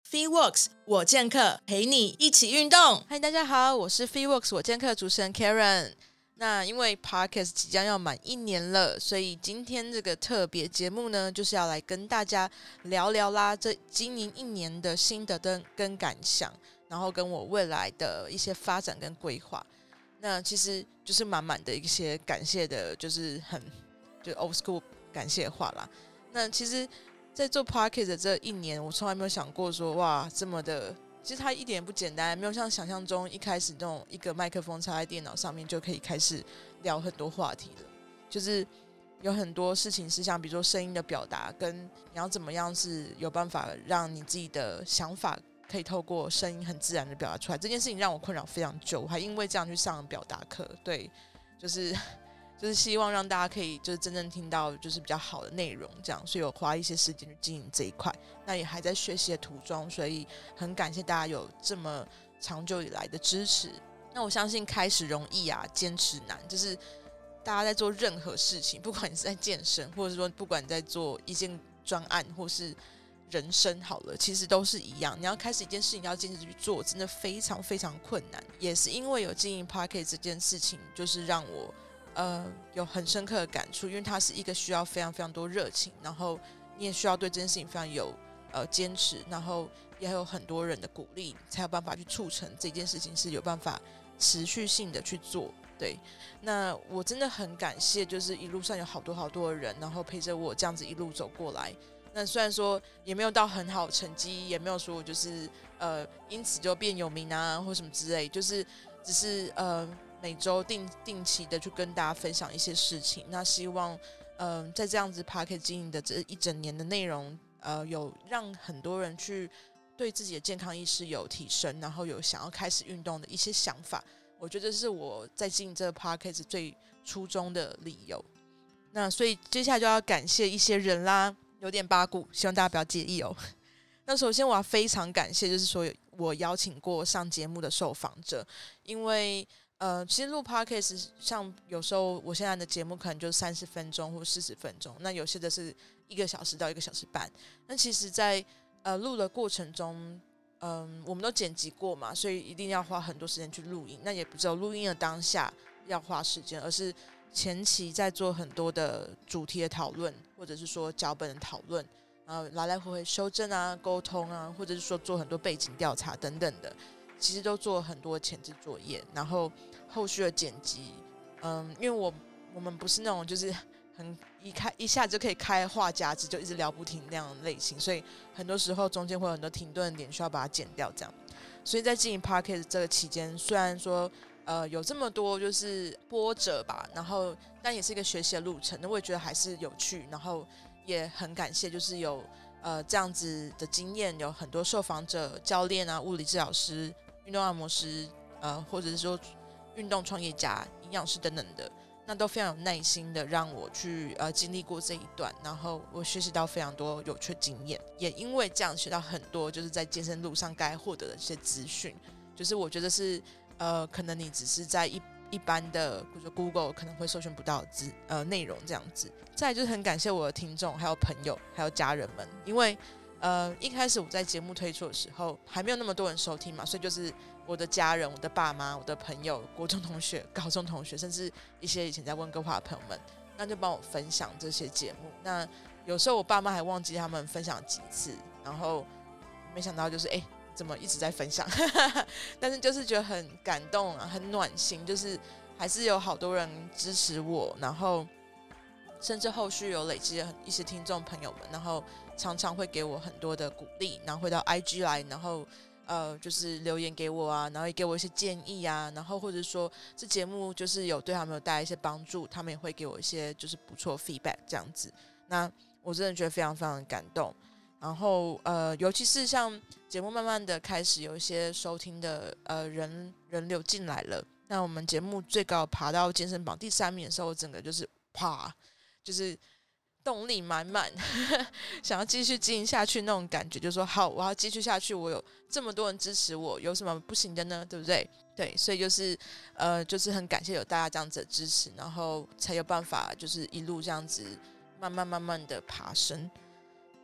FitWorks 我健客陪你一起运动。 嗨，大家好，我是 FitWorks 我健客主持人 Karen。那因为 Podcast 即将要满1年了，所以今天这个特别节目呢，就是要来跟大家聊聊啦，这经营1年的心得跟感想，然后跟我未来的一些发展跟规划。那其实就是满满的一些感谢的，就是就 old school 感谢话啦。那其实在做 Podcast 的这1年，我从来没有想过说哇这么的，其实它一点也不简单，没有像想象中一开始那种一个麦克风插在电脑上面就可以开始聊很多话题了。就是有很多事情是像比如说声音的表达，跟你要怎么样是有办法让你自己的想法可以透过声音很自然的表达出来，这件事情让我困扰非常久，我还因为这样去上了表达课。对，就是希望让大家可以就是真正听到就是比较好的内容，这样，所以我花一些时间去经营这一块，那也还在学习的途中，所以很感谢大家有这么长久以来的支持。那我相信开始容易啊，坚持难，就是大家在做任何事情，不管你是在健身，或者说不管你在做一件专案，或是人生好了，其实都是一样。你要开始一件事情，要坚持去做，真的非常非常困难。也是因为有经营 Podcast 这件事情，就是让我有很深刻的感触，因为它是一个需要非常非常多热情，然后你也需要对这件事情非常有坚持，然后也有很多人的鼓励，才有办法去促成这件事情是有办法持续性的去做。对，那我真的很感谢，就是一路上有好多好多的人，然后陪着我这样子一路走过来。那虽然说也没有到很好的成绩，也没有说我就是因此就变有名啊或什么之类，就是只是每周定期的去跟大家分享一些事情。那希望在这样子 Podcast 经营的这1整年的内容，有让很多人去对自己的健康意识有提升，然后有想要开始运动的一些想法。我觉得是我在经营这个 Podcast 最初衷的理由。那所以接下来就要感谢一些人啦，有点八股，希望大家不要介意哦。那首先我要非常感谢，就是说我邀请过上节目的受访者，因为其实录 Podcast 像有时候我现在的节目可能就30分钟或40分钟，那有些的是1个小时到1个小时半。那其实在录的过程中，我们都剪辑过嘛，所以一定要花很多时间去录音。那也不只有录音的当下要花时间，而是前期在做很多的主题的讨论，或者是说脚本的讨论，来来回回修正啊、沟通啊，或者是说做很多背景调查等等的，其实都做了很多前置作业。然后后续的剪辑，因为我们不是那种就是很一下子就可以开话匣子就一直聊不停那样的类型，所以很多时候中间会有很多停顿的点需要把它剪掉，这样。所以在经营 Podcast 这个期间，虽然说有这么多就是波折吧，然后但也是一个学习的路程，那我也觉得还是有趣，然后也很感谢就是有这样子的经验，有很多受访者、教练啊、物理治疗师、运动按摩师，或者是说运动创业家、营养师等等的，那都非常有耐心的让我去经历过这一段，然后我学习到非常多有趣的经验，也因为这样学到很多就是在健身路上该获得的一些资讯，就是我觉得是可能你只是在一般的比如说 Google 可能会搜寻不到的内容这样子。再来就是很感谢我的听众还有朋友还有家人们，因为一开始我在节目推出的时候还没有那么多人收听嘛，所以就是我的家人、我的爸妈、我的朋友、国中同学、高中同学，甚至一些以前在温哥华的朋友们，那就帮我分享这些节目。那有时候我爸妈还忘记他们分享几次，然后没想到就是怎么一直在分享但是就是觉得很感动啊，很暖心，就是还是有好多人支持我，然后甚至后续有累积了一些听众朋友们，然后常常会给我很多的鼓励，然后会到 IG 来，然后就是留言给我啊，然后也给我一些建议啊，然后或者说这节目就是有对他们有带来一些帮助，他们也会给我一些就是不错的 feedback 这样子。那我真的觉得非常非常的感动。然后尤其是像节目慢慢的开始有一些收听的人流进来了，那我们节目最高爬到健身榜第3名的时候，我整个就是啪，就是动力满满想要继续经营下去那种感觉，就是说好，我要继续下去，我有这么多人支持我，有什么不行的呢？对不对？对，所以就是就是很感谢有大家这样子的支持，然后才有办法就是一路这样子慢慢的爬升。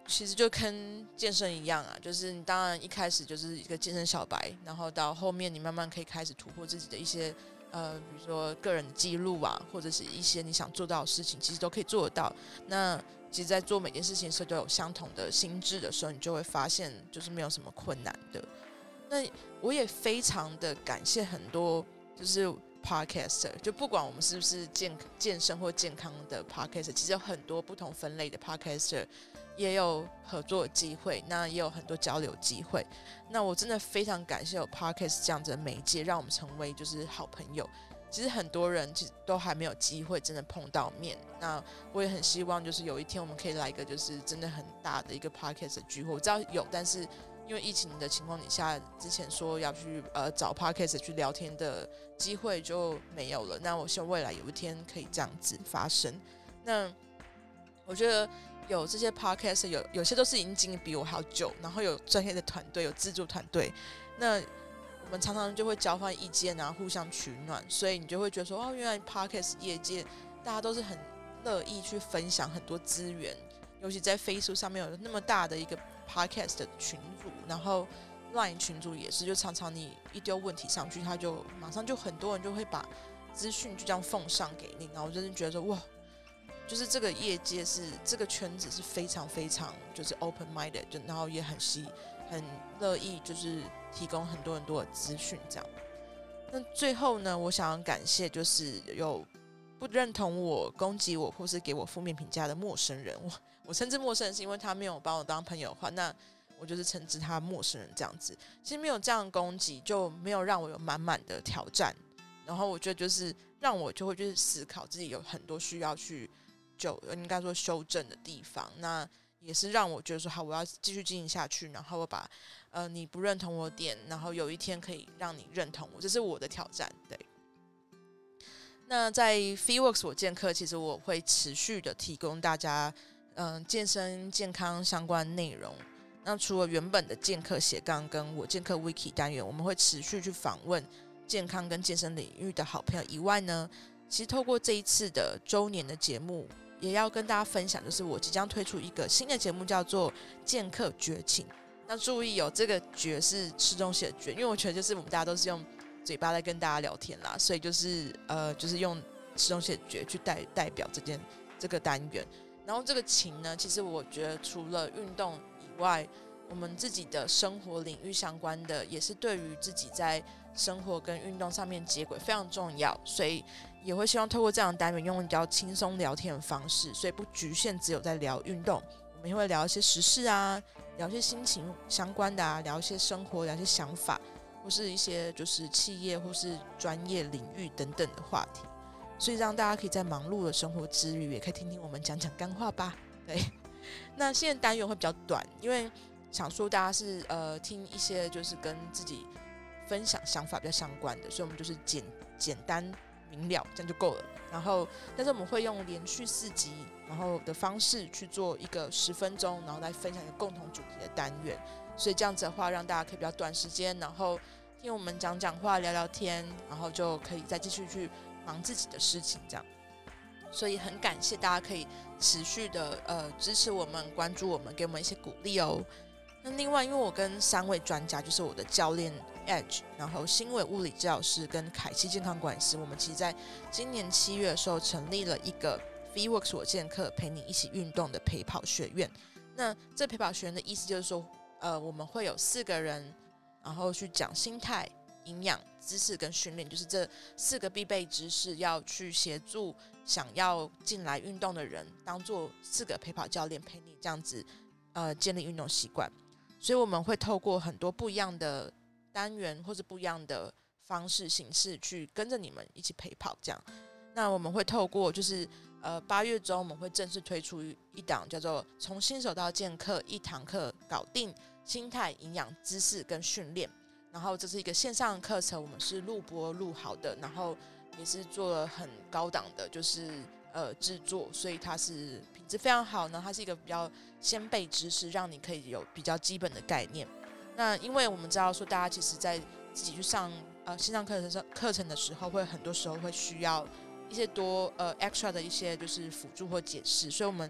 其实就跟健身一样啊，就是你当然一开始就是一个健身小白，然后到后面你慢慢可以开始突破自己的一些比如说个人的记录啊，或者是一些你想做到的事情，其实都可以做得到。那其实在做每件事情的时候都有相同的心智的时候，你就会发现就是没有什么困难的。那我也非常的感谢很多就是 podcaster， 就不管我们是不是健身或健康的 podcaster， 其实有很多不同分类的 podcaster 也有合作的机会，那也有很多交流机会。那我真的非常感谢有 podcast 这样子的媒介，让我们成为就是好朋友。其实很多人其实都还没有机会真的碰到面，那我也很希望就是有一天我们可以来一个就是真的很大的一个 podcast 的聚会。我知道有，但是因为疫情的情况底下，之前说要去找 podcast 去聊天的机会就没有了。那我希望未来有一天可以这样子发生。那我觉得有这些 podcast 有些都是已经经营比我还要久，然后有专业的团队，有制作团队，那我们常常就会交换意见啊，互相取暖，所以你就会觉得说，哦，原来 podcast 业界大家都是很乐意去分享很多资源，尤其在 Facebook 上面有那么大的一个 podcast 的群组，然后 LINE 群组也是，就常常你一丢问题上去，他就马上就很多人就会把资讯就这样奉上给你，然后我真的觉得说，哇，就是这个业界是这个圈子是非常非常就是 open minded， 就然后也很乐意就是提供很多很多的资讯这样。那最后呢，我想要感谢就是有不认同我、攻击我或是给我负面评价的陌生人。我称之陌生人是因为他没有把我当朋友的话，那我就是称之他陌生人这样子。其实没有这样的攻击，就没有让我有满满的挑战。然后我觉得就是让我就会去思考自己有很多需要去应该说修正的地方。那也是让我觉得说好，我要继续经营下去，然后我把你不认同我的点，然后有一天可以让你认同我，这是我的挑战。对。那在 FitWorks 我健客，其实我会持续的提供大家健身健康相关内容。那除了原本的健客斜杠跟我健客 Wiki 单元，我们会持续去访问健康跟健身领域的好朋友以外呢，其实透过这一次的周年的节目，也要跟大家分享，就是我即将推出一个新的节目，叫做健客绝情。那注意这个绝是吃东西的绝，因为我觉得就是我们大家都是用嘴巴在跟大家聊天啦，所以就是用吃东西的绝去代表这个单元。然后这个情呢，其实我觉得除了运动以外，我们自己的生活领域相关的，也是对于自己在生活跟运动上面接轨非常重要，所以也会希望透过这样的单元，用比较轻松聊天的方式，所以不局限只有在聊运动，我们也会聊一些时事啊，聊一些心情相关的啊，聊一些生活，聊一些想法，或是一些就是企业或是专业领域等等的话题，所以让大家可以在忙碌的生活之余，也可以听听我们讲讲干话吧。对，那现在单元会比较短，因为想说大家是听一些就是跟自己分享想法比较相关的，所以我们就是简单明了，这样就够了。然后，但是我们会用连续4集，然后的方式去做一个10分钟，然后来分享一个共同主题的单元。所以这样子的话，让大家可以比较短时间，然后听我们讲话、聊聊天，然后就可以再继续去忙自己的事情，这样。所以很感谢大家可以持续的支持我们、关注我们、给我们一些鼓励哦。那另外，因为我跟3位专家，就是我的教练 Edge， 然后新伟物理治疗师跟凯西健康管理师，我们其实在今年7月的时候成立了一个 FitWorks 我健客陪你一起运动的陪跑学院。那这陪跑学院的意思就是说，我们会有4个人，然后去讲心态、营养、知识跟训练，就是这4个必备知识，要去协助想要进来运动的人，当做4个陪跑教练陪你这样子建立运动习惯。所以我们会透过很多不一样的单元或者不一样的方式形式去跟着你们一起陪跑这样。那我们会透过就是8月中我们会正式推出一档叫做从新手到健客1堂课搞定心态、营养、知识跟训练。然后这是一个线上的课程，我们是录播录好的，然后也是做了很高档的就是制作，所以它是品质非常好呢。它是一个比较先辈知识，让你可以有比较基本的概念。那因为我们知道说，大家其实在自己去上线上课程的时候，会很多时候会需要一些多extra 的一些就是辅助或解释，所以我们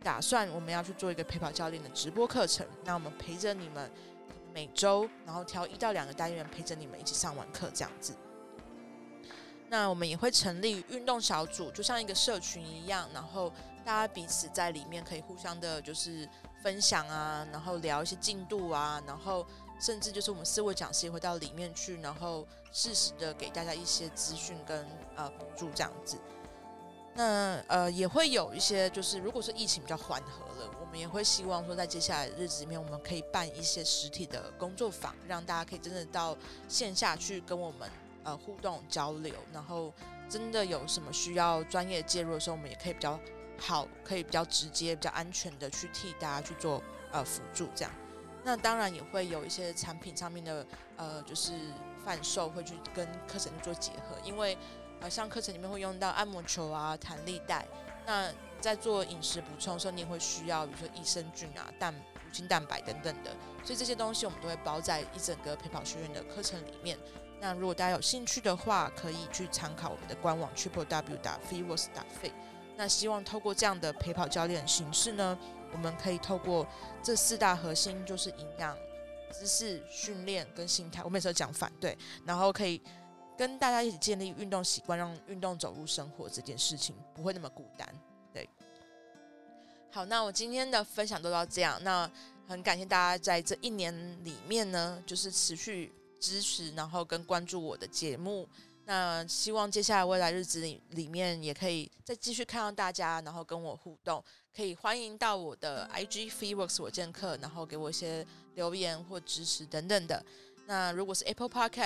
打算我们要去做一个陪跑教练的直播课程，那我们陪着你们每周，然后挑1到2个单元陪着你们一起上完课这样子。那我们也会成立运动小组，就像一个社群一样，然后大家彼此在里面可以互相的就是分享啊，然后聊一些进度啊，然后甚至就是我们4位讲师也会到里面去，然后适时的给大家一些资讯跟补助这样子。那也会有一些就是如果说疫情比较缓和了，我们也会希望说在接下来的日子里面，我们可以办一些实体的工作坊，让大家可以真的到线下去跟我们互动交流，然后真的有什么需要专业介入的时候，我们也可以比较好，可以比较直接、比较安全的去替大家去做辅助这样。那当然也会有一些产品上面的就是贩售会去跟课程去做结合，因为像课程里面会用到按摩球啊、弹力带，那在做饮食补充的时候，你也会需要比如说益生菌啊、乳清蛋白等等的，所以这些东西我们都会包在一整个陪跑学院的课程里面。那如果大家有兴趣的话，可以去参考我们的官网 www.freeworks.fit。那希望透过这样的陪跑教练的形式呢，我们可以透过这4大核心，就是营养、知识、训练跟心态，我每次都讲反对，然后可以跟大家一起建立运动习惯，让运动走入生活这件事情不会那么孤单。对，好，那我今天的分享都到这样。那很感谢大家在这1年里面呢，就是持续支持，然后跟关注我的节目。那希望接下来未来日子里面也可以再继续看到大家，然后跟我互动，可以欢迎到我的 IG Freeworks 我健客，然后给我一些留言或支持等等的。那如果是 Apple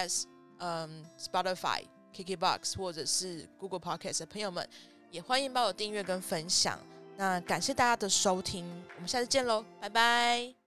Podcast、Spotify、KKBox 或者是 Google Podcast 的朋友们，也欢迎帮我订阅跟分享。那感谢大家的收听，我们下次见喽，拜拜。